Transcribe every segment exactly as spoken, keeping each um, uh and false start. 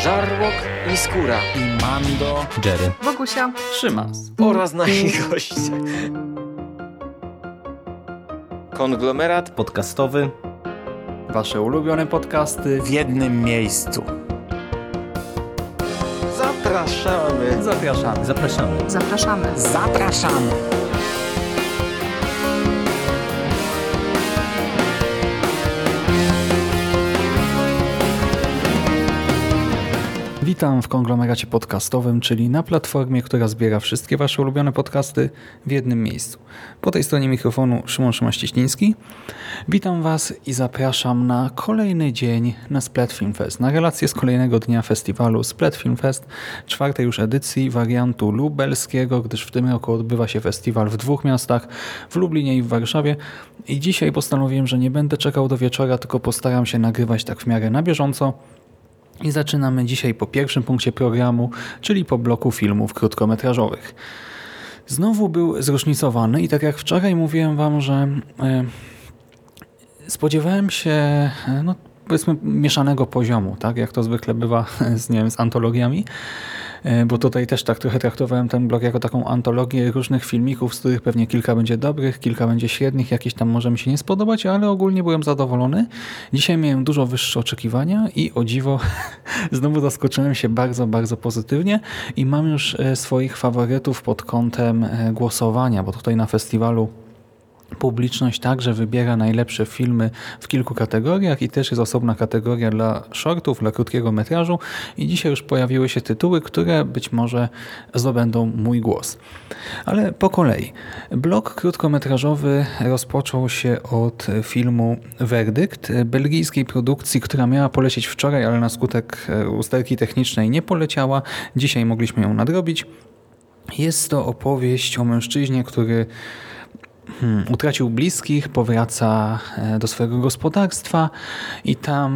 Żarłok i Skóra i Mando, Jerry, Wokusia, Szymas oraz nasi goście. Konglomerat podcastowy. Wasze ulubione podcasty w jednym miejscu. Zapraszamy. Zapraszamy. Zapraszamy. zapraszamy. Zapraszamy. Witam w konglomeracie podcastowym, czyli na platformie, która zbiera wszystkie wasze ulubione podcasty w jednym miejscu. Po tej stronie mikrofonu Szymon Szymaś-Cieśliński. Witam was i zapraszam na kolejny dzień na Splat Film Fest, na relację z kolejnego dnia festiwalu Splat Film Fest, czwartej już edycji wariantu lubelskiego, gdyż w tym roku odbywa się festiwal w dwóch miastach, w Lublinie i w Warszawie. I dzisiaj postanowiłem, że nie będę czekał do wieczora, tylko postaram się nagrywać tak w miarę na bieżąco. I zaczynamy dzisiaj po pierwszym punkcie programu, czyli po bloku filmów krótkometrażowych. Znowu był zróżnicowany i tak jak wczoraj mówiłem wam, że e, spodziewałem się e, no, powiedzmy mieszanego poziomu, tak jak to zwykle bywa z, nie wiem, z antologiami, e, bo tutaj też tak trochę traktowałem ten blok jako taką antologię różnych filmików, z których pewnie kilka będzie dobrych, kilka będzie średnich, jakieś tam może mi się nie spodobać, ale ogólnie byłem zadowolony. Dzisiaj miałem dużo wyższe oczekiwania i o dziwo znowu zaskoczyłem się bardzo, bardzo pozytywnie i mam już swoich faworytów pod kątem głosowania, bo tutaj na festiwalu publiczność także wybiera najlepsze filmy w kilku kategoriach i też jest osobna kategoria dla shortów, dla krótkiego metrażu i dzisiaj już pojawiły się tytuły, które być może zdobędą mój głos. Ale po kolei. Blok krótkometrażowy rozpoczął się od filmu Werdykt, belgijskiej produkcji, która miała polecieć wczoraj, ale na skutek usterki technicznej nie poleciała. Dzisiaj mogliśmy ją nadrobić. Jest to opowieść o mężczyźnie, który Hmm, utracił bliskich, powraca do swojego gospodarstwa i tam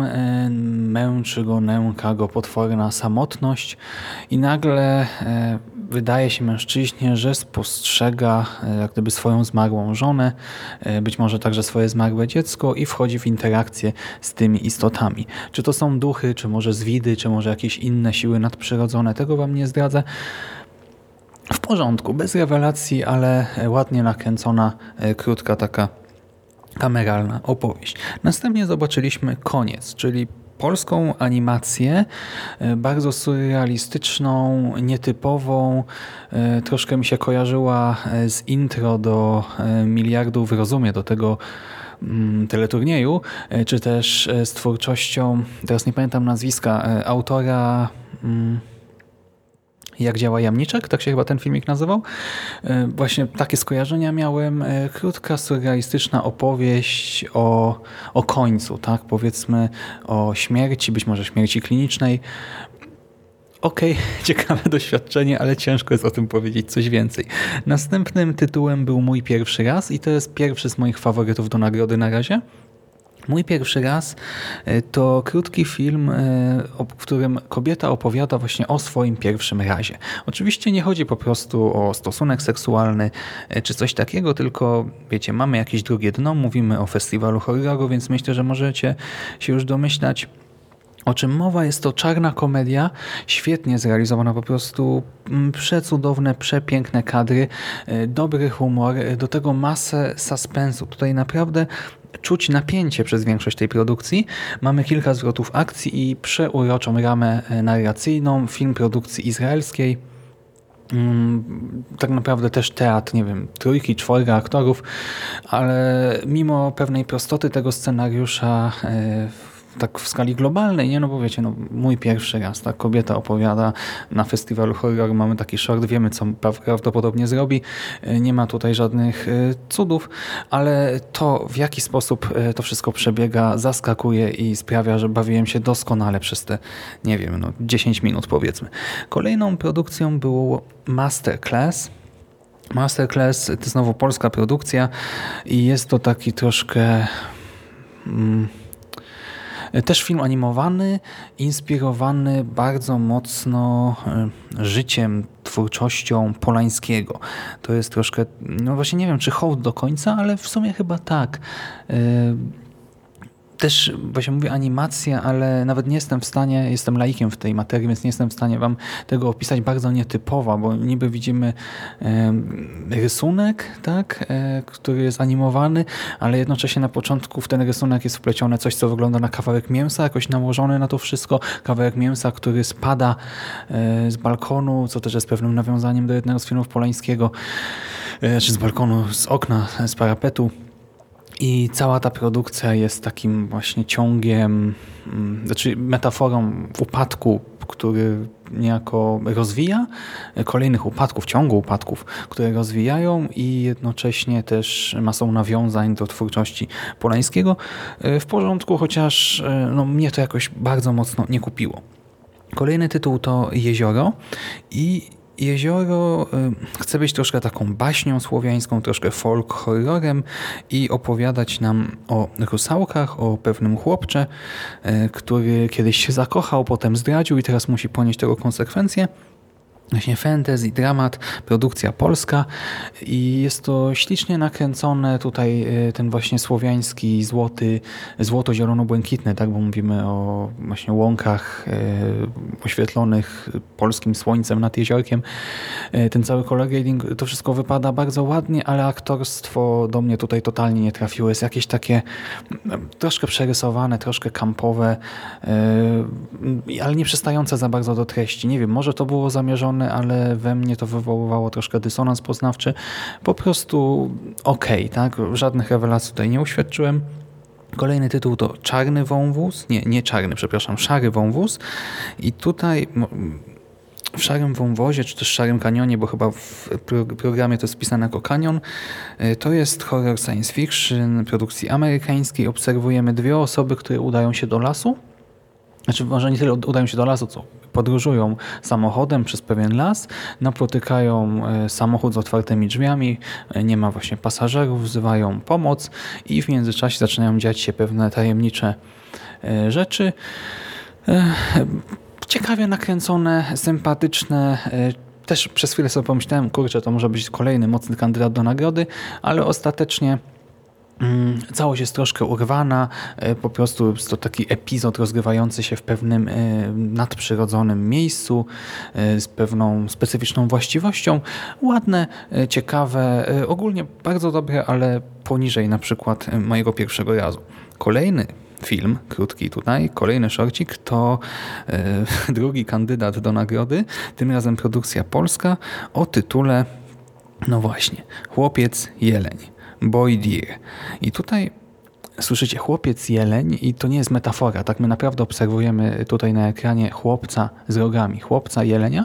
męczy go, nęka go potworna samotność i nagle wydaje się mężczyźnie, że spostrzega jak gdyby swoją zmarłą żonę, być może także swoje zmarłe dziecko i wchodzi w interakcję z tymi istotami. Czy to są duchy, czy może zwidy, czy może jakieś inne siły nadprzyrodzone, tego wam nie zdradzę. W porządku, bez rewelacji, ale ładnie nakręcona, krótka taka kameralna opowieść. Następnie zobaczyliśmy Koniec, czyli polską animację, bardzo surrealistyczną, nietypową. Troszkę mi się kojarzyła z intro do Miliardu w rozumie, do tego teleturnieju, czy też z twórczością, teraz nie pamiętam nazwiska, autora... Jak działa jamniczek, tak się chyba ten filmik nazywał. Właśnie takie skojarzenia miałem. Krótka, surrealistyczna opowieść o, o końcu, tak? Powiedzmy o śmierci, być może śmierci klinicznej. Okej, okay, ciekawe doświadczenie, ale ciężko jest o tym powiedzieć coś więcej. Następnym tytułem był Mój pierwszy raz i to jest pierwszy z moich faworytów do nagrody na razie. Mój pierwszy raz to krótki film, w którym kobieta opowiada właśnie o swoim pierwszym razie. Oczywiście nie chodzi po prostu o stosunek seksualny czy coś takiego, tylko wiecie, mamy jakieś drugie dno, mówimy o festiwalu horroru, więc myślę, że możecie się już domyślać, o czym mowa. Jest to czarna komedia, świetnie zrealizowana, po prostu przecudowne, przepiękne kadry, dobry humor, do tego masę suspensu. Tutaj naprawdę czuć napięcie przez większość tej produkcji. Mamy kilka zwrotów akcji i przeuroczą ramę narracyjną. Film produkcji izraelskiej. Tak naprawdę też teatr, nie wiem, trójki, czwórka aktorów, ale mimo pewnej prostoty tego scenariusza tak w skali globalnej, nie? No bo wiecie, no, mój pierwszy raz, tak, kobieta opowiada na festiwalu horroru, mamy taki short, wiemy co prawdopodobnie zrobi, nie ma tutaj żadnych cudów, ale to w jaki sposób to wszystko przebiega zaskakuje i sprawia, że bawiłem się doskonale przez te, nie wiem, no dziesięć minut powiedzmy. Kolejną produkcją było Masterclass. Masterclass to znowu polska produkcja i jest to taki troszkę... Mm, Też film animowany, inspirowany bardzo mocno życiem, twórczością Polańskiego. To jest troszkę, no właśnie nie wiem, czy hołd do końca, ale w sumie chyba tak. też właśnie mówię animacja, ale nawet nie jestem w stanie, jestem laikiem w tej materii, więc nie jestem w stanie wam tego opisać. Bardzo nietypowa, bo niby widzimy e, rysunek, tak, e, który jest animowany, ale jednocześnie na początku w ten rysunek jest wplecione coś, co wygląda na kawałek mięsa, jakoś nałożony na to wszystko. Kawałek mięsa, który spada e, z balkonu, co też jest pewnym nawiązaniem do jednego z filmów Polańskiego, e, czy z balkonu, z okna, z parapetu. I cała ta produkcja jest takim właśnie ciągiem, znaczy metaforą upadku, który niejako rozwija, kolejnych upadków, ciągu upadków, które rozwijają i jednocześnie też masą nawiązań do twórczości Polańskiego. W porządku, chociaż no, mnie to jakoś bardzo mocno nie kupiło. Kolejny tytuł to Jezioro i Jezioro y, chce być troszkę taką baśnią słowiańską, troszkę folk horrorem i opowiadać nam o rusałkach, o pewnym chłopcze, y, który kiedyś się zakochał, potem zdradził i teraz musi ponieść tego konsekwencje. Właśnie fantasy, dramat, produkcja polska i jest to ślicznie nakręcone, tutaj ten właśnie słowiański złoty, złoto-zielono-błękitny, tak, bo mówimy o właśnie łąkach oświetlonych polskim słońcem nad jeziorkiem. Ten cały color grading, to wszystko wypada bardzo ładnie, ale aktorstwo do mnie tutaj totalnie nie trafiło. Jest jakieś takie troszkę przerysowane, troszkę kampowe, ale nie przystające za bardzo do treści. Nie wiem, może to było zamierzone, ale we mnie to wywoływało troszkę dysonans poznawczy. Po prostu okej, okay, tak? Żadnych rewelacji tutaj nie uświadczyłem. Kolejny tytuł to Czarny Wąwóz. Nie, nie czarny, przepraszam, Szary Wąwóz. I tutaj w Szarym Wąwozie, czy też Szarym Kanionie, bo chyba w programie to jest wpisane jako kanion, to jest horror science fiction produkcji amerykańskiej. Obserwujemy dwie osoby, które udają się do lasu. Znaczy, może nie tyle udają się do lasu, co podróżują samochodem przez pewien las, napotykają samochód z otwartymi drzwiami, nie ma właśnie pasażerów, wzywają pomoc i w międzyczasie zaczynają dziać się pewne tajemnicze rzeczy. Ciekawie nakręcone, sympatyczne. Też przez chwilę sobie pomyślałem, kurczę, to może być kolejny mocny kandydat do nagrody, ale ostatecznie całość jest troszkę urwana, po prostu jest to taki epizod rozgrywający się w pewnym nadprzyrodzonym miejscu z pewną specyficzną właściwością. Ładne, ciekawe, ogólnie bardzo dobre, ale poniżej na przykład mojego pierwszego razu. Kolejny film, krótki tutaj, kolejny szorcik to drugi kandydat do nagrody, tym razem produkcja polska o tytule, no właśnie, Chłopiec Jeleń. Boy Deer. I tutaj słyszycie chłopiec jeleń i to nie jest metafora, tak my naprawdę obserwujemy tutaj na ekranie chłopca z rogami, chłopca jelenia.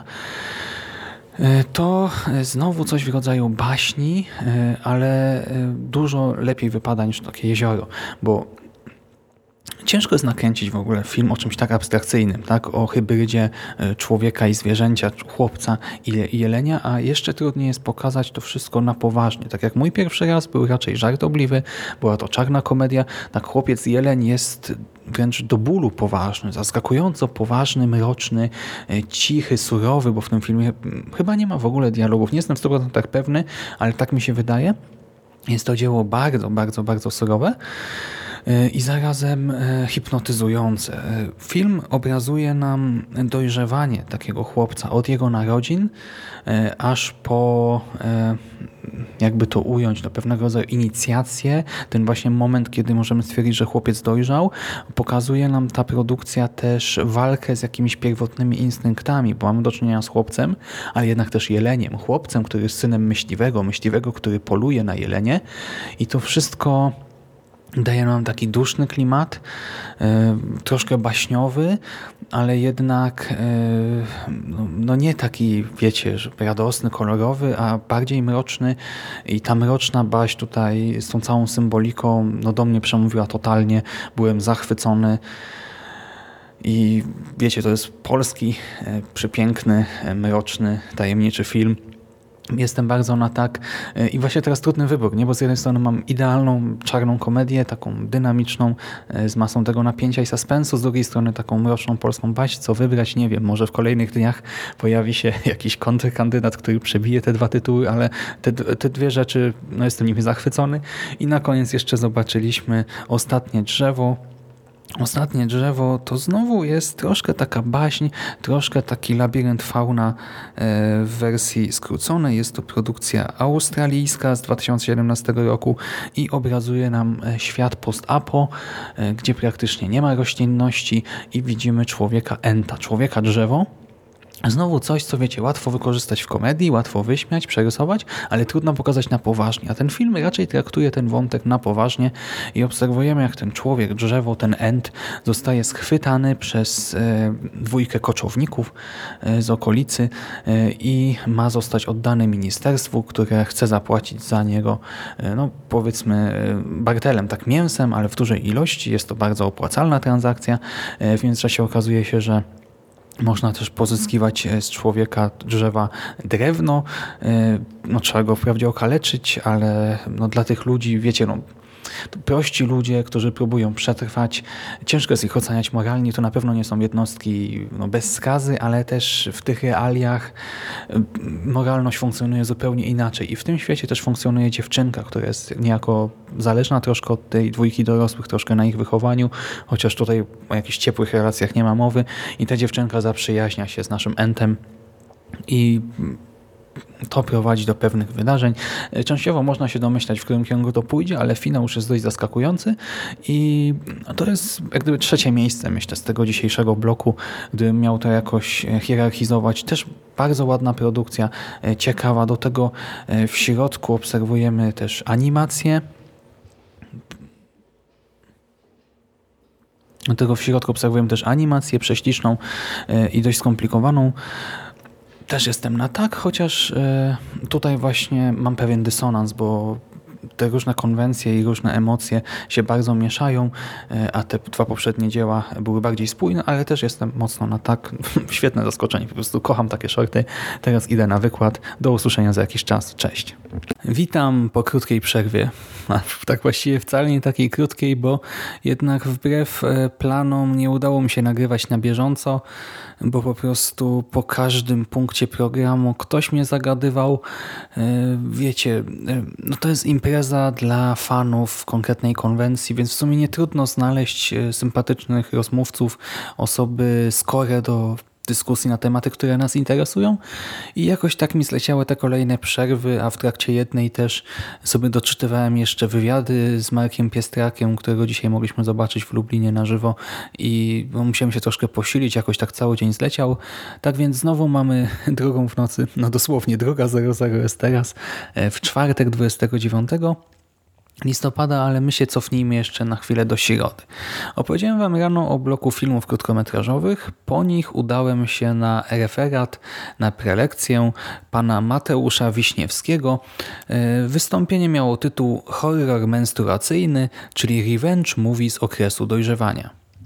To znowu coś w rodzaju baśni, ale dużo lepiej wypada niż takie jezioro, bo ciężko jest nakręcić w ogóle film o czymś tak abstrakcyjnym, tak? O hybrydzie człowieka i zwierzęcia, chłopca i jelenia, a jeszcze trudniej jest pokazać to wszystko na poważnie. Tak jak mój pierwszy raz był raczej żartobliwy, była to czarna komedia, tak Chłopiec i jeleń jest wręcz do bólu poważny, zaskakująco poważny, mroczny, cichy, surowy, bo w tym filmie chyba nie ma w ogóle dialogów. Nie jestem w stu procentach pewny, ale tak mi się wydaje. Jest to dzieło bardzo, bardzo, bardzo surowe i zarazem hipnotyzujące. Film obrazuje nam dojrzewanie takiego chłopca od jego narodzin aż po, jakby to ująć, do pewnego rodzaju inicjację. Ten właśnie moment, kiedy możemy stwierdzić, że chłopiec dojrzał, pokazuje nam ta produkcja też walkę z jakimiś pierwotnymi instynktami, bo mamy do czynienia z chłopcem, ale jednak też jeleniem. Chłopcem, który jest synem myśliwego, myśliwego, który poluje na jelenie i to wszystko daje nam taki duszny klimat, troszkę baśniowy, ale jednak no, no nie taki, wiecie, że radosny, kolorowy, a bardziej mroczny i ta mroczna baśń tutaj z tą całą symboliką no do mnie przemówiła totalnie. Byłem zachwycony i wiecie, to jest polski, przepiękny, mroczny, tajemniczy film. Jestem bardzo na tak i właśnie teraz trudny wybór, nie? Bo z jednej strony mam idealną czarną komedię, taką dynamiczną, z masą tego napięcia i suspensu, z drugiej strony taką mroczną polską baśń. Co wybrać? Nie wiem, może w kolejnych dniach pojawi się jakiś kontrkandydat, który przebije te dwa tytuły, ale te, te dwie rzeczy, no jestem nimi zachwycony. I na koniec jeszcze zobaczyliśmy Ostatnie drzewo. Ostatnie drzewo to znowu jest troszkę taka baśń, troszkę taki labirynt fauna w wersji skróconej. Jest to produkcja australijska z dwa tysiące siedemnastego roku i obrazuje nam świat post-apo, gdzie praktycznie nie ma roślinności i widzimy człowieka enta, człowieka drzewo. Znowu coś, co wiecie, łatwo wykorzystać w komedii, łatwo wyśmiać, przerysować, ale trudno pokazać na poważnie. A ten film raczej traktuje ten wątek na poważnie i obserwujemy, jak ten człowiek, drzewo, ten ent zostaje schwytany przez e, dwójkę koczowników e, z okolicy e, i ma zostać oddany ministerstwu, które chce zapłacić za niego, e, no powiedzmy, e, bartelem, tak mięsem, ale w dużej ilości. Jest to bardzo opłacalna transakcja. E, w międzyczasie okazuje się, że można też pozyskiwać z człowieka drzewa drewno. No, trzeba go wprawdzie okaleczyć, ale no, dla tych ludzi, wiecie, no, prości ludzie, którzy próbują przetrwać, ciężko jest ich oceniać moralnie, to na pewno nie są jednostki no, bez skazy, ale też w tych realiach moralność funkcjonuje zupełnie inaczej i w tym świecie też funkcjonuje dziewczynka, która jest niejako zależna troszkę od tej dwójki dorosłych, troszkę na ich wychowaniu, chociaż tutaj o jakichś ciepłych relacjach nie ma mowy i ta dziewczynka zaprzyjaźnia się z naszym entem i to prowadzi do pewnych wydarzeń. Częściowo można się domyślać, w którym kierunku to pójdzie, ale finał już jest dość zaskakujący i to jest jak gdyby trzecie miejsce, myślę, z tego dzisiejszego bloku, gdybym miał to jakoś hierarchizować. Też bardzo ładna produkcja, ciekawa. Do tego w środku obserwujemy też animację. Do tego w środku obserwujemy też animację prześliczną i dość skomplikowaną. Też jestem na tak, chociaż tutaj właśnie mam pewien dysonans, bo te różne konwencje i różne emocje się bardzo mieszają, a te dwa poprzednie dzieła były bardziej spójne, ale też jestem mocno na tak. Świetne zaskoczenie, po prostu kocham takie shorty. Teraz idę na wykład. Do usłyszenia za jakiś czas. Cześć. Witam po krótkiej przerwie. Tak właściwie wcale nie takiej krótkiej, bo jednak wbrew planom nie udało mi się nagrywać na bieżąco, bo po prostu po każdym punkcie programu ktoś mnie zagadywał. Wiecie, no to jest impreza dla fanów konkretnej konwencji, więc w sumie nie trudno znaleźć sympatycznych rozmówców, osoby skore do dyskusji na tematy, które nas interesują i jakoś tak mi zleciały te kolejne przerwy, a w trakcie jednej też sobie doczytywałem jeszcze wywiady z Markiem Piestrakiem, którego dzisiaj mogliśmy zobaczyć w Lublinie na żywo i no, musiałem się troszkę posilić, jakoś tak cały dzień zleciał. Tak więc znowu mamy drugą w nocy, no dosłownie druga zero zero jest teraz, w czwartek dwudziestego dziewiątego listopada, ale my się cofnijmy jeszcze na chwilę do środy. Opowiedziałem wam rano o bloku filmów krótkometrażowych. Po nich udałem się na referat, na prelekcję pana Mateusza Wiśniewskiego. Wystąpienie miało tytuł Horror menstruacyjny, czyli Revenge Movie z okresu dojrzewania.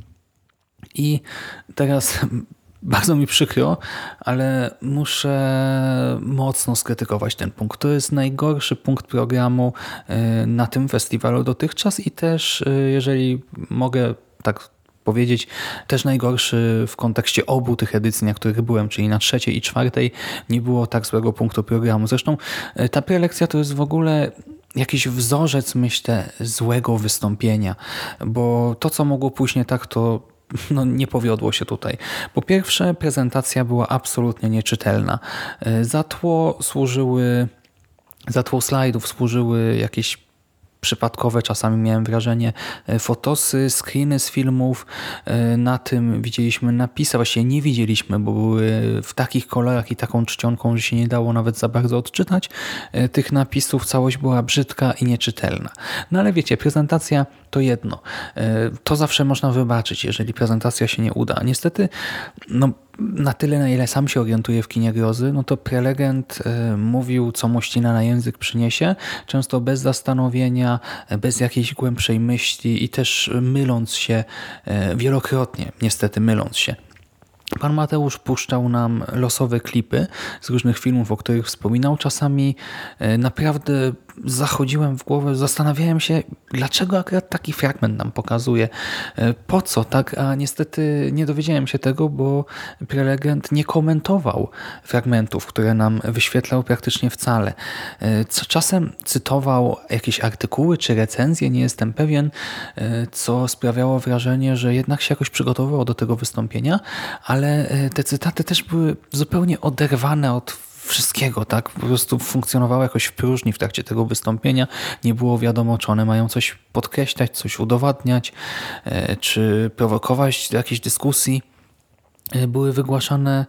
I teraz bardzo mi przykro, ale muszę mocno skrytykować ten punkt. To jest najgorszy punkt programu na tym festiwalu dotychczas i też, jeżeli mogę tak powiedzieć, też najgorszy w kontekście obu tych edycji, na których byłem, czyli na trzeciej i czwartej, nie było tak złego punktu programu. Zresztą ta prelekcja to jest w ogóle jakiś wzorzec, myślę, złego wystąpienia, bo to, co mogło pójść nie tak, to no, nie powiodło się tutaj. Po pierwsze, prezentacja była absolutnie nieczytelna. Za tło służyły, za tło slajdów służyły jakieś przypadkowe, czasami miałem wrażenie, fotosy, screeny z filmów. Na tym widzieliśmy napisy, właściwie nie widzieliśmy, bo były w takich kolorach i taką czcionką, że się nie dało nawet za bardzo odczytać tych napisów. Całość była brzydka i nieczytelna. No ale wiecie, prezentacja to jedno. To zawsze można wybaczyć, jeżeli prezentacja się nie uda. Niestety, no na tyle, na ile sam się orientuje w kinie grozy, no to prelegent y, mówił, co mościna na język przyniesie, często bez zastanowienia, bez jakiejś głębszej myśli i też myląc się y, wielokrotnie, niestety myląc się. Pan Mateusz puszczał nam losowe klipy z różnych filmów, o których wspominał. Czasami naprawdę zachodziłem w głowę, zastanawiałem się, dlaczego akurat taki fragment nam pokazuje, po co, tak, a niestety nie dowiedziałem się tego, bo prelegent nie komentował fragmentów, które nam wyświetlał praktycznie wcale. Co czasem cytował jakieś artykuły czy recenzje, nie jestem pewien, co sprawiało wrażenie, że jednak się jakoś przygotowywał do tego wystąpienia, ale te cytaty też były zupełnie oderwane od wszystkiego, tak? Po prostu funkcjonowało jakoś w próżni w trakcie tego wystąpienia. Nie było wiadomo, czy one mają coś podkreślać, coś udowadniać, czy prowokować do jakiejś dyskusji. Były wygłaszane,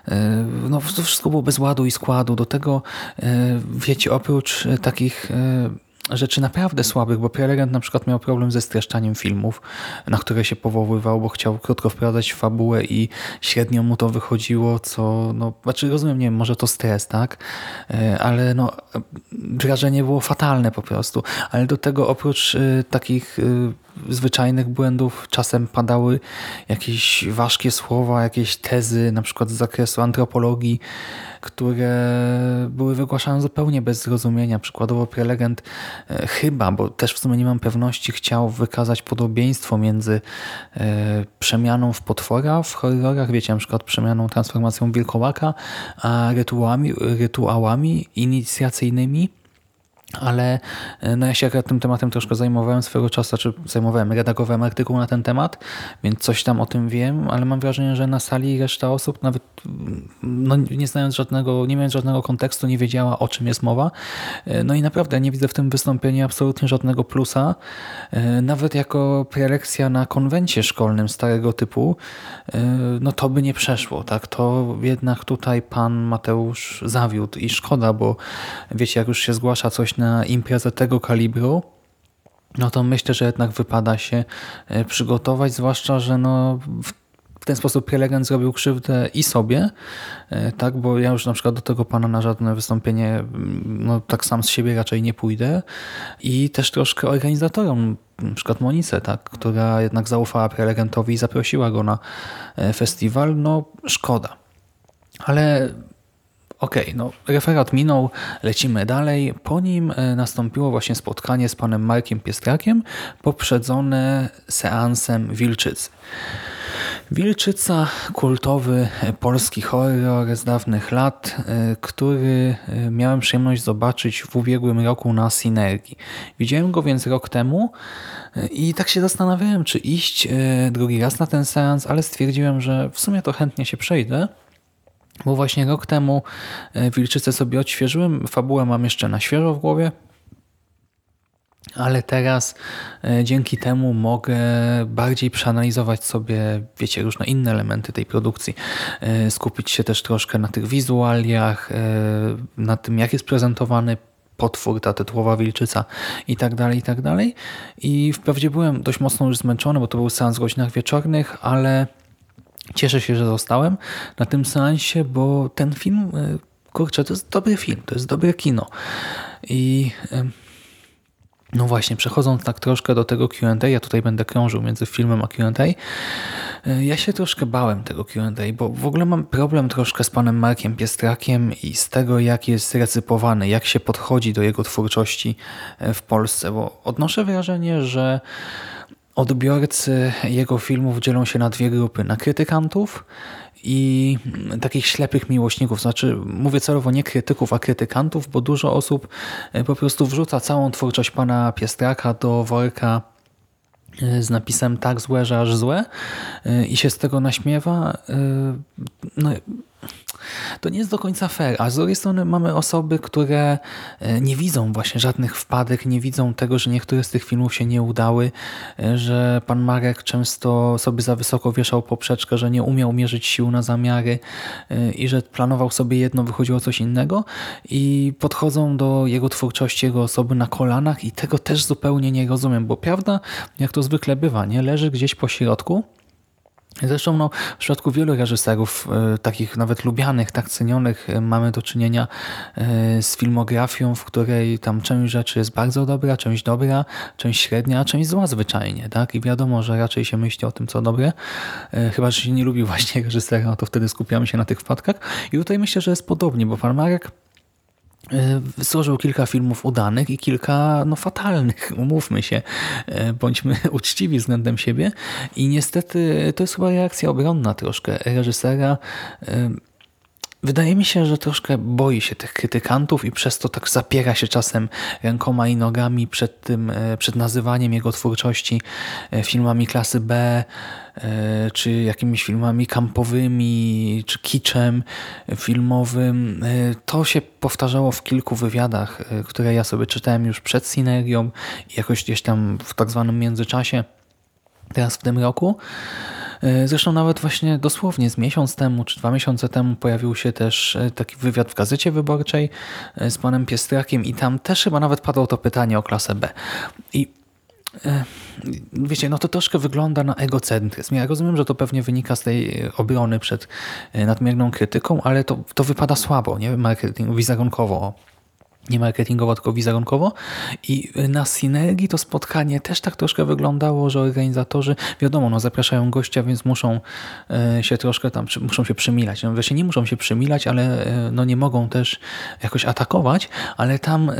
no to wszystko było bez ładu i składu. Do tego, wiecie, oprócz takich rzeczy naprawdę słabych, bo prelegent na przykład miał problem ze streszczaniem filmów, na które się powoływał, bo chciał krótko wprowadzać fabułę i średnio mu to wychodziło, co, no, znaczy rozumiem, nie wiem, może to stres, tak, ale no, wrażenie było fatalne po prostu, ale do tego oprócz y, takich y, zwyczajnych błędów czasem padały jakieś ważkie słowa, jakieś tezy, na przykład z zakresu antropologii, które były wygłaszane zupełnie bez zrozumienia. Przykładowo prelegent e, chyba, bo też w sumie nie mam pewności, chciał wykazać podobieństwo między e, przemianą w potwora w horrorach, wiecie, na przykład przemianą, transformacją wilkołaka, a rytuałami, rytuałami inicjacyjnymi. Ale no ja się akurat tym tematem troszkę zajmowałem swego czasu, czy zajmowałem, redagowałem artykuł na ten temat, więc coś tam o tym wiem, ale mam wrażenie, że na sali reszta osób nawet no, nie znając żadnego, nie mając żadnego kontekstu, nie wiedziała, o czym jest mowa. No i naprawdę nie widzę w tym wystąpieniu absolutnie żadnego plusa. Nawet jako prelekcja na konwencie szkolnym starego typu, no to by nie przeszło, tak? To jednak tutaj pan Mateusz zawiódł i szkoda, bo wiecie, jak już się zgłasza coś na imprezę tego kalibru, no to myślę, że jednak wypada się przygotować, zwłaszcza, że no w ten sposób prelegent zrobił krzywdę i sobie, tak, bo ja już na przykład do tego pana na żadne wystąpienie no tak sam z siebie raczej nie pójdę i też troszkę organizatorom, na przykład Monice, tak, która jednak zaufała prelegentowi i zaprosiła go na festiwal, no szkoda. Ale okej, okay, no referat minął, lecimy dalej. Po nim nastąpiło właśnie spotkanie z panem Markiem Piestrakiem, poprzedzone seansem Wilczycy. Wilczyca, kultowy polski horror z dawnych lat, który miałem przyjemność zobaczyć w ubiegłym roku na Synergii. Widziałem go więc rok temu i tak się zastanawiałem, czy iść drugi raz na ten seans, ale stwierdziłem, że w sumie to chętnie się przejdę. Bo właśnie rok temu Wilczycę sobie odświeżyłem, fabułę mam jeszcze na świeżo w głowie, ale teraz dzięki temu mogę bardziej przeanalizować sobie, wiecie, różne inne elementy tej produkcji, skupić się też troszkę na tych wizualiach, na tym, jak jest prezentowany potwór, ta tytułowa wilczyca i tak dalej, i tak dalej. I wprawdzie byłem dość mocno już zmęczony, bo to był seans w godzinach wieczornych, ale cieszę się, że zostałem na tym seansie, bo ten film, kurczę, to jest dobry film, to jest dobre kino. I no właśnie, przechodząc tak troszkę do tego Q and A, ja tutaj będę krążył między filmem a Q and A, ja się troszkę bałem tego Q and A, bo w ogóle mam problem troszkę z panem Markiem Piestrakiem i z tego, jak jest recypowany, jak się podchodzi do jego twórczości w Polsce, bo odnoszę wrażenie, że odbiorcy jego filmów dzielą się na dwie grupy. Na krytykantów i takich ślepych miłośników. Znaczy, mówię celowo nie krytyków, a krytykantów, bo dużo osób po prostu wrzuca całą twórczość pana Piestraka do worka z napisem tak złe, że aż złe i się z tego naśmiewa. No, to nie jest do końca fair, a z drugiej strony mamy osoby, które nie widzą właśnie żadnych wpadek, nie widzą tego, że niektóre z tych filmów się nie udały, że pan Marek często sobie za wysoko wieszał poprzeczkę, że nie umiał mierzyć sił na zamiary i że planował sobie jedno, wychodziło coś innego i podchodzą do jego twórczości, jego osoby na kolanach i tego też zupełnie nie rozumiem, bo prawda, jak to zwykle bywa, nie leży gdzieś po środku. Zresztą no, w przypadku wielu reżyserów, e, takich nawet lubianych, tak cenionych, e, mamy do czynienia e, z filmografią, w której tam część rzeczy jest bardzo dobra, część dobra, część średnia, a część zła zwyczajnie. Tak? I wiadomo, że raczej się myśli o tym, co dobre. E, chyba, że się nie lubi właśnie reżysera, no to wtedy skupiamy się na tych wpadkach. I tutaj myślę, że jest podobnie, bo pan Marek y, stworzył kilka filmów udanych i kilka no, fatalnych, umówmy się, y, bądźmy uczciwi względem siebie i niestety to jest chyba reakcja obronna troszkę reżysera. y, Wydaje mi się, że troszkę boi się tych krytykantów i przez to tak zapiera się czasem rękoma i nogami przed tym, przed nazywaniem jego twórczości filmami klasy B, czy jakimiś filmami kampowymi, czy kiczem filmowym. To się powtarzało w kilku wywiadach, które ja sobie czytałem już przed Synerią i jakoś gdzieś tam w tak zwanym międzyczasie, teraz w tym roku. Zresztą nawet właśnie dosłownie z miesiąc temu, czy dwa miesiące temu pojawił się też taki wywiad w Gazecie Wyborczej z panem Piestrakiem i tam też chyba nawet padło to pytanie o klasę B. I wiecie, no to troszkę wygląda na egocentryzm. Ja rozumiem, że to pewnie wynika z tej obrony przed nadmierną krytyką, ale to, to wypada słabo, nie? Marketing, wizerunkowo. Nie marketingowo, tylko wizerunkowo. I na Synergii to spotkanie też tak troszkę wyglądało, że organizatorzy, wiadomo, no zapraszają gościa, więc muszą się troszkę tam, muszą się przymilać. No wreszcie nie muszą się przymilać, ale no nie mogą też jakoś atakować, ale tam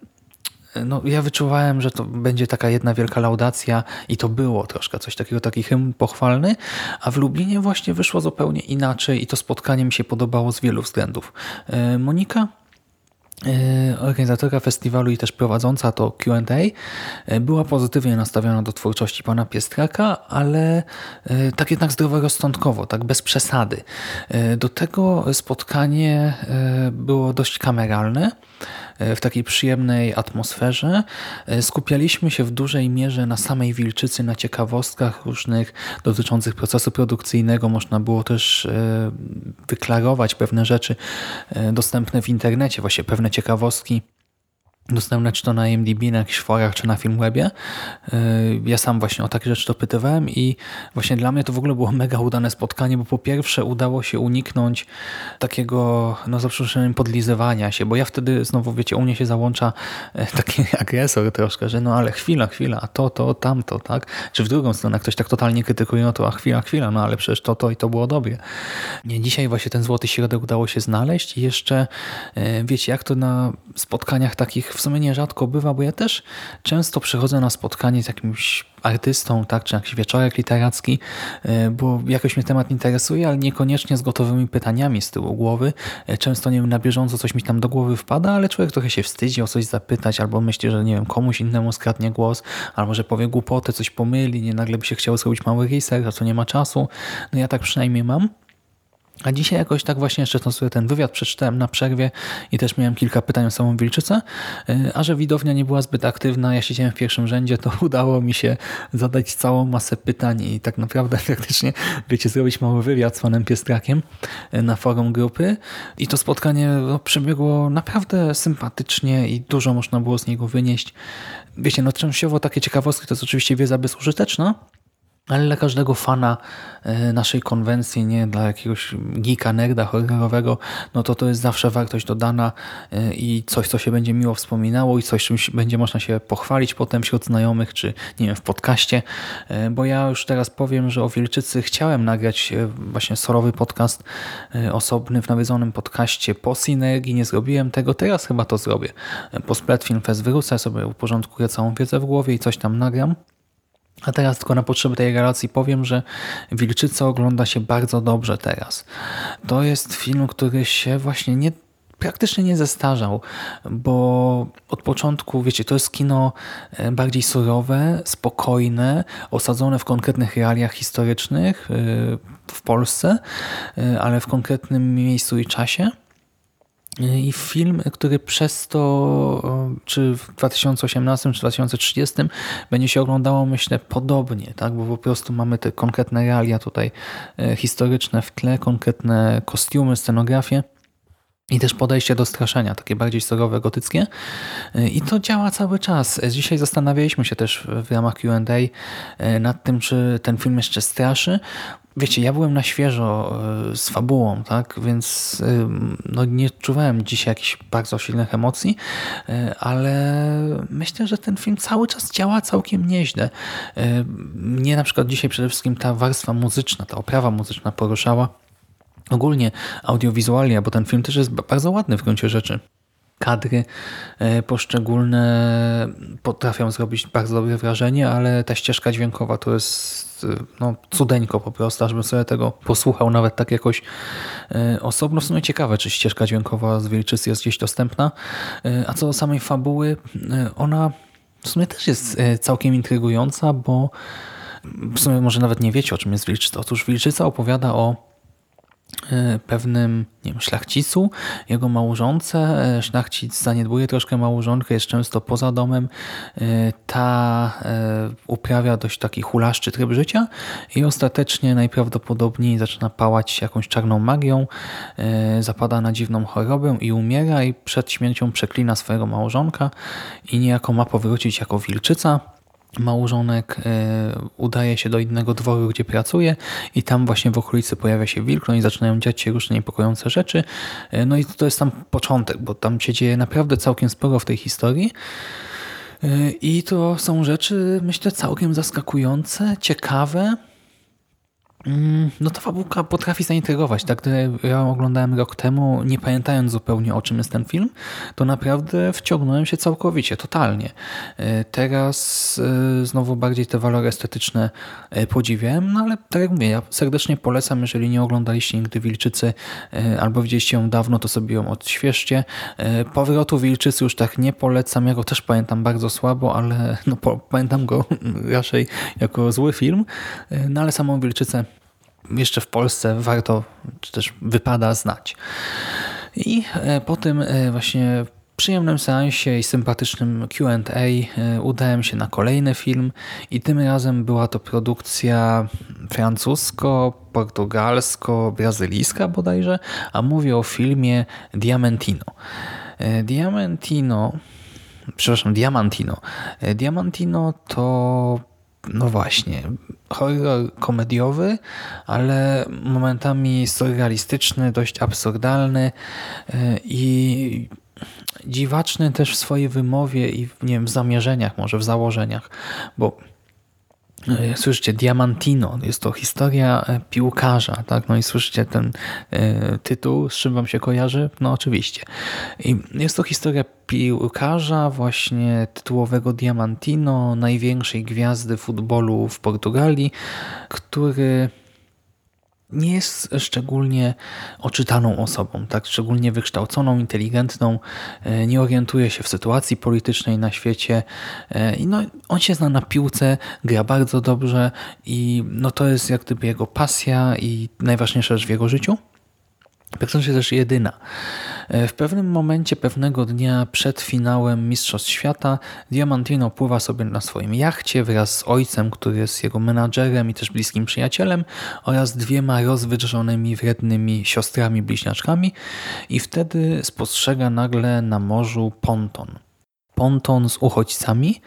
no ja wyczuwałem, że to będzie taka jedna wielka laudacja i to było troszkę coś takiego, taki hymn pochwalny, a w Lublinie właśnie wyszło zupełnie inaczej i to spotkanie mi się podobało z wielu względów. Monika, organizatorka festiwalu i też prowadząca to Q and A, była pozytywnie nastawiona do twórczości pana Piestraka, ale tak jednak zdroworozsądkowo, tak bez przesady. Do tego spotkanie było dość kameralne, w takiej przyjemnej atmosferze. Skupialiśmy się w dużej mierze na samej Wilczycy, na ciekawostkach różnych dotyczących procesu produkcyjnego. Można było też wyklarować pewne rzeczy dostępne w internecie, właśnie pewne ciekawostki dostępne czy to na I M D B, na jakichś forach, czy na Filmwebie. Ja sam właśnie o takie rzeczy dopytywałem i właśnie dla mnie to w ogóle było mega udane spotkanie, bo po pierwsze udało się uniknąć takiego, no za przeproszeniem, podlizywania się, bo ja wtedy znowu, wiecie, u mnie się załącza taki agresor troszkę, że no ale chwila, chwila, a to, to, tamto, tak? Czy w drugą stronę ktoś tak totalnie krytykuje, no to a chwila, chwila, no ale przecież to, to i to było dobre. Nie, dzisiaj właśnie ten złoty środek udało się znaleźć i jeszcze, wiecie, jak to na spotkaniach takich w sumie nierzadko bywa, bo ja też często przychodzę na spotkanie z jakimś artystą, tak, czy jakiś wieczorek literacki, bo jakoś mnie temat interesuje, ale niekoniecznie z gotowymi pytaniami z tyłu głowy. Często, nie wiem, na bieżąco coś mi tam do głowy wpada, ale człowiek trochę się wstydzi o coś zapytać, albo myśli, że nie wiem, komuś innemu skradnie głos, albo że powie głupotę, coś pomyli, nie, nagle by się chciało zrobić mały research, a co nie ma czasu. No ja tak przynajmniej mam. A dzisiaj jakoś tak właśnie jeszcze to sobie ten wywiad przeczytałem na przerwie i też miałem kilka pytań o samą Wilczycę, a że widownia nie była zbyt aktywna, ja siedziałem w pierwszym rzędzie, to udało mi się zadać całą masę pytań i tak naprawdę praktycznie, wiecie, zrobić mały wywiad z panem Piestrakiem na forum grupy i to spotkanie no, przebiegło naprawdę sympatycznie i dużo można było z niego wynieść. Wiecie, no częściowo takie ciekawostki to jest oczywiście wiedza bezużyteczna, ale dla każdego fana naszej konwencji, nie dla jakiegoś geeka, nerda horrorowego, no to to jest zawsze wartość dodana i coś, co się będzie miło wspominało i coś, czymś będzie można się pochwalić potem wśród znajomych, czy nie wiem, w podcaście, bo ja już teraz powiem, że o Wilczycy chciałem nagrać właśnie solowy podcast osobny w nawiedzonym podcaście po Synergii, nie zrobiłem tego, teraz chyba to zrobię. Po Splat Film Fest wrócę sobie, uporządkuję całą wiedzę w głowie i coś tam nagram. A teraz tylko na potrzeby tej relacji powiem, że Wilczyca ogląda się bardzo dobrze teraz. To jest film, który się właśnie nie, praktycznie nie zestarzał, bo od początku, wiecie, to jest kino bardziej surowe, spokojne, osadzone w konkretnych realiach historycznych w Polsce, ale w konkretnym miejscu i czasie. I film, który przez to, czy w dwa tysiące osiemnastym, czy dwa tysiące trzydziestym będzie się oglądało, myślę, podobnie, tak? Bo po prostu mamy te konkretne realia tutaj historyczne w tle, konkretne kostiumy, scenografię i też podejście do straszenia, takie bardziej surowe, gotyckie. I to działa cały czas. Dzisiaj zastanawialiśmy się też w ramach Q and A nad tym, czy ten film jeszcze straszy. Wiecie, ja byłem na świeżo z fabułą, tak, więc no, nie czuwałem dzisiaj jakichś bardzo silnych emocji, ale myślę, że ten film cały czas działa całkiem nieźle. Mnie na przykład dzisiaj przede wszystkim ta warstwa muzyczna, ta oprawa muzyczna poruszała. Ogólnie audiowizualnie, bo ten film też jest bardzo ładny w gruncie rzeczy. kadry poszczególne potrafią zrobić bardzo dobre wrażenie, ale ta ścieżka dźwiękowa to jest no, cudeńko po prostu, ażbym sobie tego posłuchał nawet tak jakoś osobno. W sumie ciekawe, czy ścieżka dźwiękowa z Wilczycy jest gdzieś dostępna. A co do samej fabuły, ona w sumie też jest całkiem intrygująca, bo w sumie może nawet nie wiecie, o czym jest Wilczyca. Otóż Wilczyca opowiada o pewnym, nie wiem, szlachcicu, jego małżonce. Szlachcic zaniedbuje troszkę małżonkę, jest często poza domem. Ta uprawia dość taki hulaszczy tryb życia i ostatecznie najprawdopodobniej zaczyna pałać jakąś czarną magią, zapada na dziwną chorobę i umiera i przed śmiercią przeklina swojego małżonka i niejako ma powrócić jako wilczyca. Małżonek y, udaje się do innego dworu, gdzie pracuje i tam właśnie w okolicy pojawia się wilk, no i zaczynają dziać się różne niepokojące rzeczy. Y, no i to jest tam początek, bo tam się dzieje naprawdę całkiem sporo w tej historii. Y, I to są rzeczy, myślę, całkiem zaskakujące, ciekawe. No ta fabułka potrafi zaintrygować. Tak, gdy ja oglądałem rok temu, nie pamiętając zupełnie, o czym jest ten film, to naprawdę wciągnąłem się całkowicie, totalnie. Teraz znowu bardziej te walory estetyczne podziwiałem, no ale tak jak mówię, ja serdecznie polecam, jeżeli nie oglądaliście nigdy Wilczycy albo widzieliście ją dawno, to sobie ją odświeżcie. Powrotu Wilczycy już tak nie polecam, ja go też pamiętam bardzo słabo, ale no, pamiętam go raczej jako zły film, no ale samą Wilczycę jeszcze w Polsce warto, czy też wypada znać. I po tym właśnie przyjemnym seansie i sympatycznym Q and A udałem się na kolejny film i tym razem była to produkcja francusko-portugalsko-brazylijska bodajże, a mówię o filmie Diamantino. Diamantino, przepraszam, Diamantino. Diamantino to no właśnie, horror komediowy, ale momentami surrealistyczny, dość absurdalny i dziwaczny też w swojej wymowie i nie wiem, w zamierzeniach, może w założeniach, bo słyszycie, Diamantino, jest to historia piłkarza, tak? No i słyszycie ten y, tytuł, z czym wam się kojarzy? No oczywiście. I jest to historia piłkarza, właśnie tytułowego Diamantino, największej gwiazdy futbolu w Portugalii, który nie jest szczególnie oczytaną osobą, tak, szczególnie wykształconą, inteligentną, nie orientuje się w sytuacji politycznej na świecie i no, on się zna na piłce, gra bardzo dobrze i no, to jest jak gdyby jego pasja i najważniejsza rzecz w jego życiu. Tak to jest też jedyna. W pewnym momencie, pewnego dnia przed finałem Mistrzostw Świata Diamantino pływa sobie na swoim jachcie wraz z ojcem, który jest jego menadżerem i też bliskim przyjacielem oraz dwiema rozwydrzonymi, wrednymi siostrami bliźniaczkami i wtedy spostrzega nagle na morzu ponton. Ponton z uchodźcami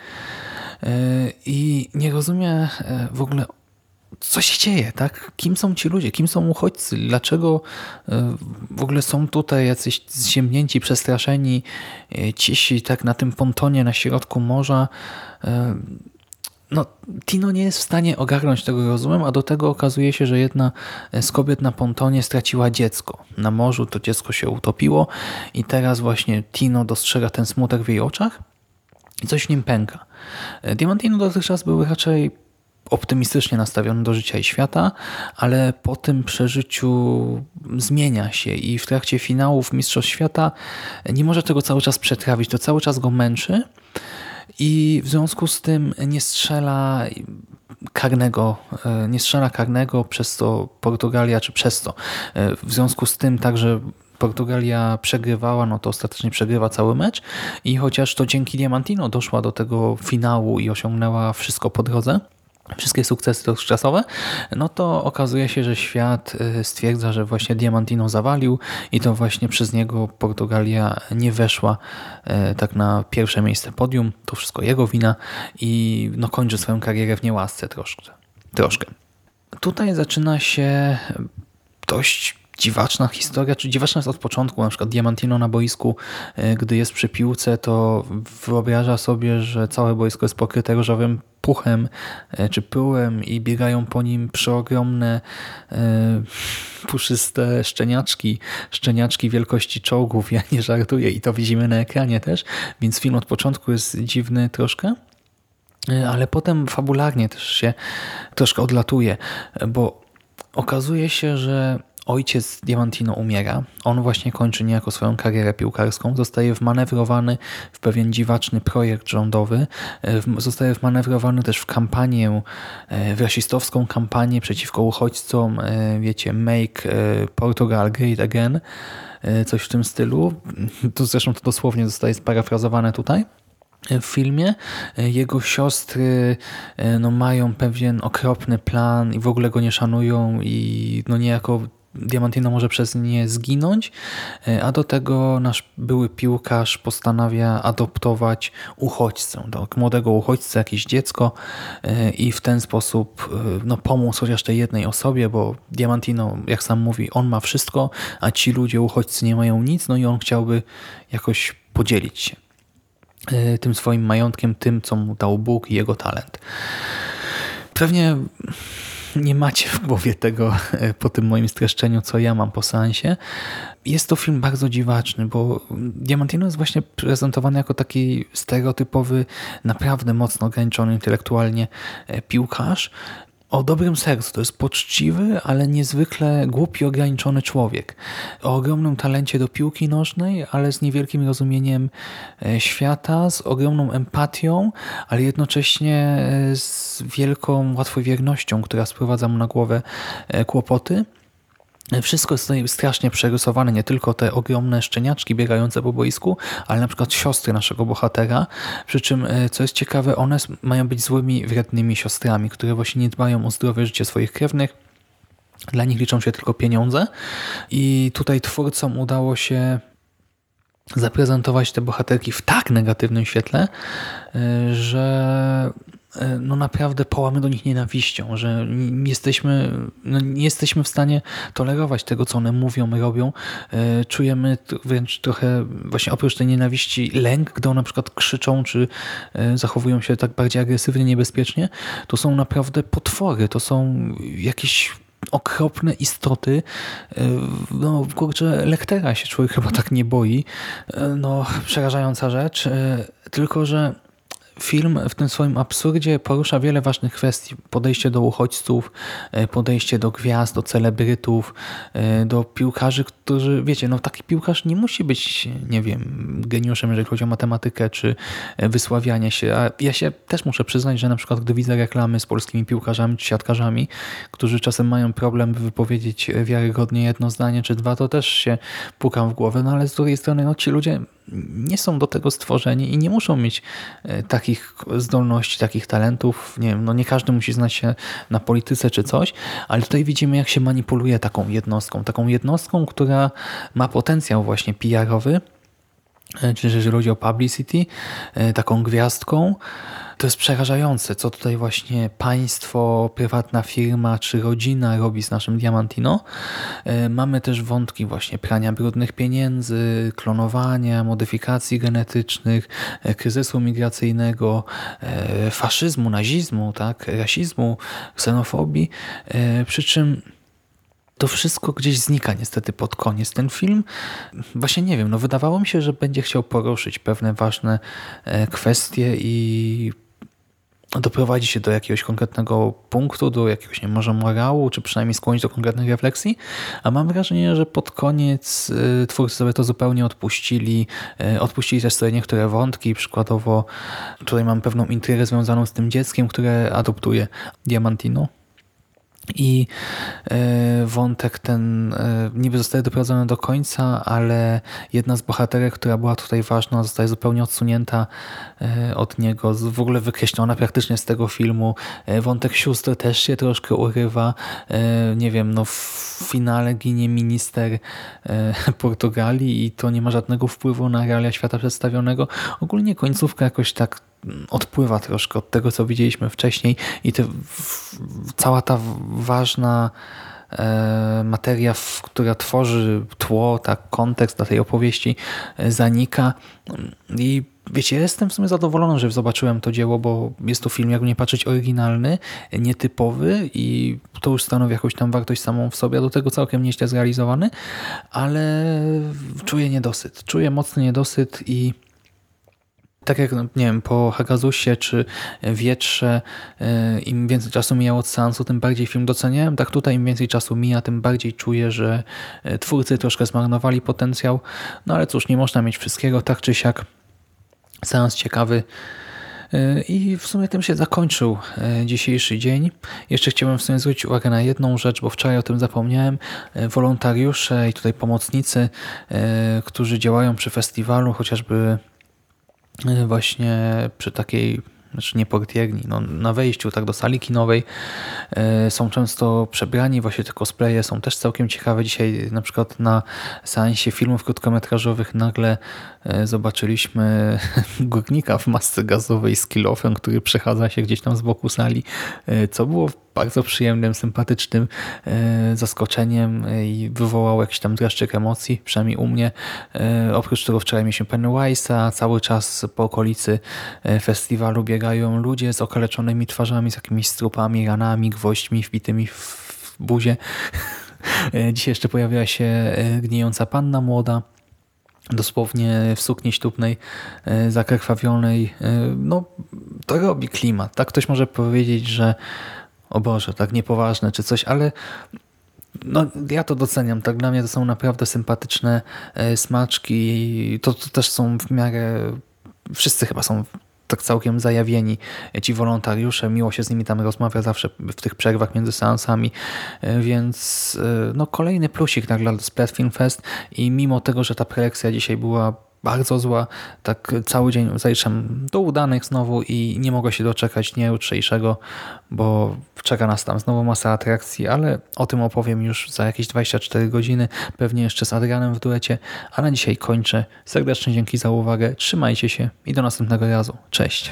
i nie rozumie w ogóle, co się dzieje, tak? Kim są ci ludzie? Kim są uchodźcy? Dlaczego w ogóle są tutaj jacyś zziębnięci, przestraszeni, cisi tak na tym pontonie na środku morza? No, Tino nie jest w stanie ogarnąć tego rozumem, a do tego okazuje się, że jedna z kobiet na pontonie straciła dziecko. Na morzu to dziecko się utopiło i teraz właśnie Tino dostrzega ten smutek w jej oczach i coś w nim pęka. Diamantino dotychczas był raczej optymistycznie nastawiony do życia i świata, ale po tym przeżyciu zmienia się i w trakcie finałów Mistrzostw Świata nie może tego cały czas przetrawić, to cały czas go męczy i w związku z tym nie strzela karnego, nie strzela karnego, przez to Portugalia, czy przez to, w związku z tym także Portugalia przegrywała, no to ostatecznie przegrywa cały mecz i chociaż to dzięki Diamantino doszła do tego finału i osiągnęła wszystko po drodze, wszystkie sukcesy dotychczasowe, no to okazuje się, że świat stwierdza, że właśnie Diamantino zawalił i to właśnie przez niego Portugalia nie weszła tak na pierwsze miejsce podium. To wszystko jego wina i no kończy swoją karierę w niełasce troszkę. troszkę. Tutaj zaczyna się dość dziwaczna historia, czy dziwaczna jest od początku, na przykład Diamantino na boisku, gdy jest przy piłce, to wyobraża sobie, że całe boisko jest pokryte różowym puchem czy pyłem i biegają po nim przeogromne puszyste szczeniaczki, szczeniaczki wielkości czołgów, ja nie żartuję i to widzimy na ekranie też, więc film od początku jest dziwny troszkę, ale potem fabularnie też się troszkę odlatuje, bo okazuje się, że ojciec Diamantino umiera. On właśnie kończy niejako swoją karierę piłkarską. Zostaje wmanewrowany w pewien dziwaczny projekt rządowy. Zostaje wmanewrowany też w kampanię, w rasistowską kampanię przeciwko uchodźcom. Wiecie, Make Portugal Great Again. Coś w tym stylu. Tu zresztą to dosłownie zostaje sparafrazowane tutaj w filmie. Jego siostry no, mają pewien okropny plan i w ogóle go nie szanują i no niejako Diamantino może przez nie zginąć, a do tego nasz były piłkarz postanawia adoptować uchodźcę, tak, młodego uchodźcę, jakieś dziecko i w ten sposób no, pomóc chociaż tej jednej osobie, bo Diamantino, jak sam mówi, on ma wszystko, a ci ludzie, uchodźcy nie mają nic, no i on chciałby jakoś podzielić się tym swoim majątkiem, tym, co mu dał Bóg i jego talent. Pewnie nie macie w głowie tego po tym moim streszczeniu, co ja mam po seansie. Jest to film bardzo dziwaczny, bo Diamantino jest właśnie prezentowany jako taki stereotypowy, naprawdę mocno ograniczony intelektualnie piłkarz, o dobrym sercu. To jest poczciwy, ale niezwykle głupi, ograniczony człowiek. O ogromnym talencie do piłki nożnej, ale z niewielkim rozumieniem świata, z ogromną empatią, ale jednocześnie z wielką łatwowiernością, która sprowadza mu na głowę kłopoty. Wszystko jest tutaj strasznie przerysowane, nie tylko te ogromne szczeniaczki biegające po boisku, ale na przykład siostry naszego bohatera, przy czym, co jest ciekawe, one mają być złymi, wrednymi siostrami, które właśnie nie dbają o zdrowie życie swoich krewnych. Dla nich liczą się tylko pieniądze i tutaj twórcom udało się zaprezentować te bohaterki w tak negatywnym świetle, że no naprawdę połamy do nich nienawiścią, że nie jesteśmy, no nie jesteśmy w stanie tolerować tego, co one mówią, robią. Czujemy wręcz trochę właśnie oprócz tej nienawiści lęk, gdy one na przykład krzyczą, czy zachowują się tak bardziej agresywnie, niebezpiecznie. To są naprawdę potwory, to są jakieś okropne istoty. No kurczę, Lechtera się człowiek chyba tak nie boi. No przerażająca rzecz. Tylko że film w tym swoim absurdzie porusza wiele ważnych kwestii. Podejście do uchodźców, podejście do gwiazd, do celebrytów, do piłkarzy, którzy, wiecie, no taki piłkarz nie musi być, nie wiem, geniuszem, jeżeli chodzi o matematykę czy wysławianie się. A ja się też muszę przyznać, że na przykład gdy widzę reklamy z polskimi piłkarzami czy siatkarzami, którzy czasem mają problem, by wypowiedzieć wiarygodnie jedno zdanie czy dwa, to też się pukam w głowę. No ale z drugiej strony, no ci ludzie nie są do tego stworzeni i nie muszą mieć takich zdolności, takich talentów. Nie wiem, no nie każdy musi znać się na polityce czy coś, ale tutaj widzimy, jak się manipuluje taką jednostką. Taką jednostką, która ma potencjał właśnie P R-owy, czy jeżeli chodzi o publicity, taką gwiazdką. To jest przerażające, co tutaj właśnie państwo, prywatna firma czy rodzina robi z naszym Diamantino. Mamy też wątki właśnie prania brudnych pieniędzy, klonowania, modyfikacji genetycznych, kryzysu migracyjnego, faszyzmu, nazizmu, tak, rasizmu, ksenofobii. Przy czym to wszystko gdzieś znika niestety pod koniec. Ten film, właśnie nie wiem, no wydawało mi się, że będzie chciał poruszyć pewne ważne kwestie i doprowadzi się do jakiegoś konkretnego punktu, do jakiegoś, nie wiem, może morału, czy przynajmniej skłonić do konkretnych refleksji, a mam wrażenie, że pod koniec twórcy sobie to zupełnie odpuścili. Odpuścili też sobie niektóre wątki, przykładowo tutaj mam pewną intrygę związaną z tym dzieckiem, które adoptuje Diamantino. I wątek ten niby zostaje doprowadzony do końca, ale jedna z bohaterek, która była tutaj ważna, zostaje zupełnie odsunięta od niego, w ogóle wykreślona praktycznie z tego filmu. Wątek sióstr też się troszkę urywa. Nie wiem, no w finale ginie minister Portugalii i to nie ma żadnego wpływu na realia świata przedstawionego. Ogólnie końcówka jakoś tak odpływa troszkę od tego, co widzieliśmy wcześniej i te, cała ta ważna e, materia, w, która tworzy tło, tak, kontekst dla tej opowieści e, zanika i wiecie, jestem w sumie zadowolony, że zobaczyłem to dzieło, bo jest to film, jakby nie patrzeć, oryginalny, nietypowy i to już stanowi jakąś tam wartość samą w sobie, a do tego całkiem nieźle zrealizowany, ale czuję niedosyt. Czuję mocny niedosyt i tak jak, no, nie wiem, po Hagazusie czy Wietrze yy, im więcej czasu mijało od seansu, tym bardziej film doceniałem. Tak tutaj im więcej czasu mija, tym bardziej czuję, że yy, twórcy troszkę zmarnowali potencjał. No ale cóż, nie można mieć wszystkiego, tak czy siak. Seans ciekawy. Yy, I w sumie tym się zakończył yy, dzisiejszy dzień. Jeszcze chciałem w sumie zwrócić uwagę na jedną rzecz, bo wczoraj o tym zapomniałem. Yy, Wolontariusze i tutaj pomocnicy, yy, którzy działają przy festiwalu, chociażby właśnie przy takiej, znaczy nie portierni, no na wejściu tak do sali kinowej e, są często przebrani, właśnie te cosplaye są też całkiem ciekawe. Dzisiaj na przykład na seansie filmów krótkometrażowych nagle e, zobaczyliśmy górnika w masce gazowej z kilofem, który przechadza się gdzieś tam z boku sali, e, co było bardzo przyjemnym, sympatycznym e, zaskoczeniem e, i wywołało jakiś tam dreszczyk emocji, przynajmniej u mnie. E, oprócz tego wczoraj mieliśmy Pennywise'a, cały czas po okolicy e, festiwalu biegają ludzie z okaleczonymi twarzami, z jakimiś strupami, ranami, gwoźdźmi wbitymi w buzię. E, dzisiaj jeszcze pojawiła się e, gnijąca panna młoda, dosłownie w sukni ślubnej, e, zakrwawionej. E, no, to robi klimat. Tak ktoś może powiedzieć, że o Boże, tak niepoważne czy coś, ale no, ja to doceniam. Tak dla mnie to są naprawdę sympatyczne e, smaczki. To, to też są w miarę, wszyscy chyba są tak całkiem zajawieni, ci wolontariusze. Miło się z nimi tam rozmawia zawsze w tych przerwach między seansami, e, więc e, no, kolejny plusik tak dla Splat Film Fest i mimo tego, że ta prelekcja dzisiaj była bardzo zła, tak cały dzień zaliczam do udanych znowu i nie mogę się doczekać dnia jutrzejszego, bo czeka nas tam znowu masa atrakcji, ale o tym opowiem już za jakieś dwadzieścia cztery godziny, pewnie jeszcze z Adrianem w duecie, a na dzisiaj kończę. Serdecznie dzięki za uwagę, trzymajcie się i do następnego razu. Cześć!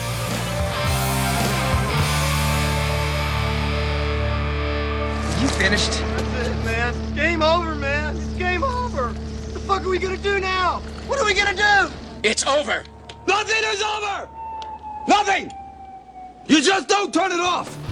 You finished? That's it, man. Game over, man. It's game over. What the fuck are we gonna do now? What are we gonna do? It's over! Nothing is over! Nothing! You just don't turn it off!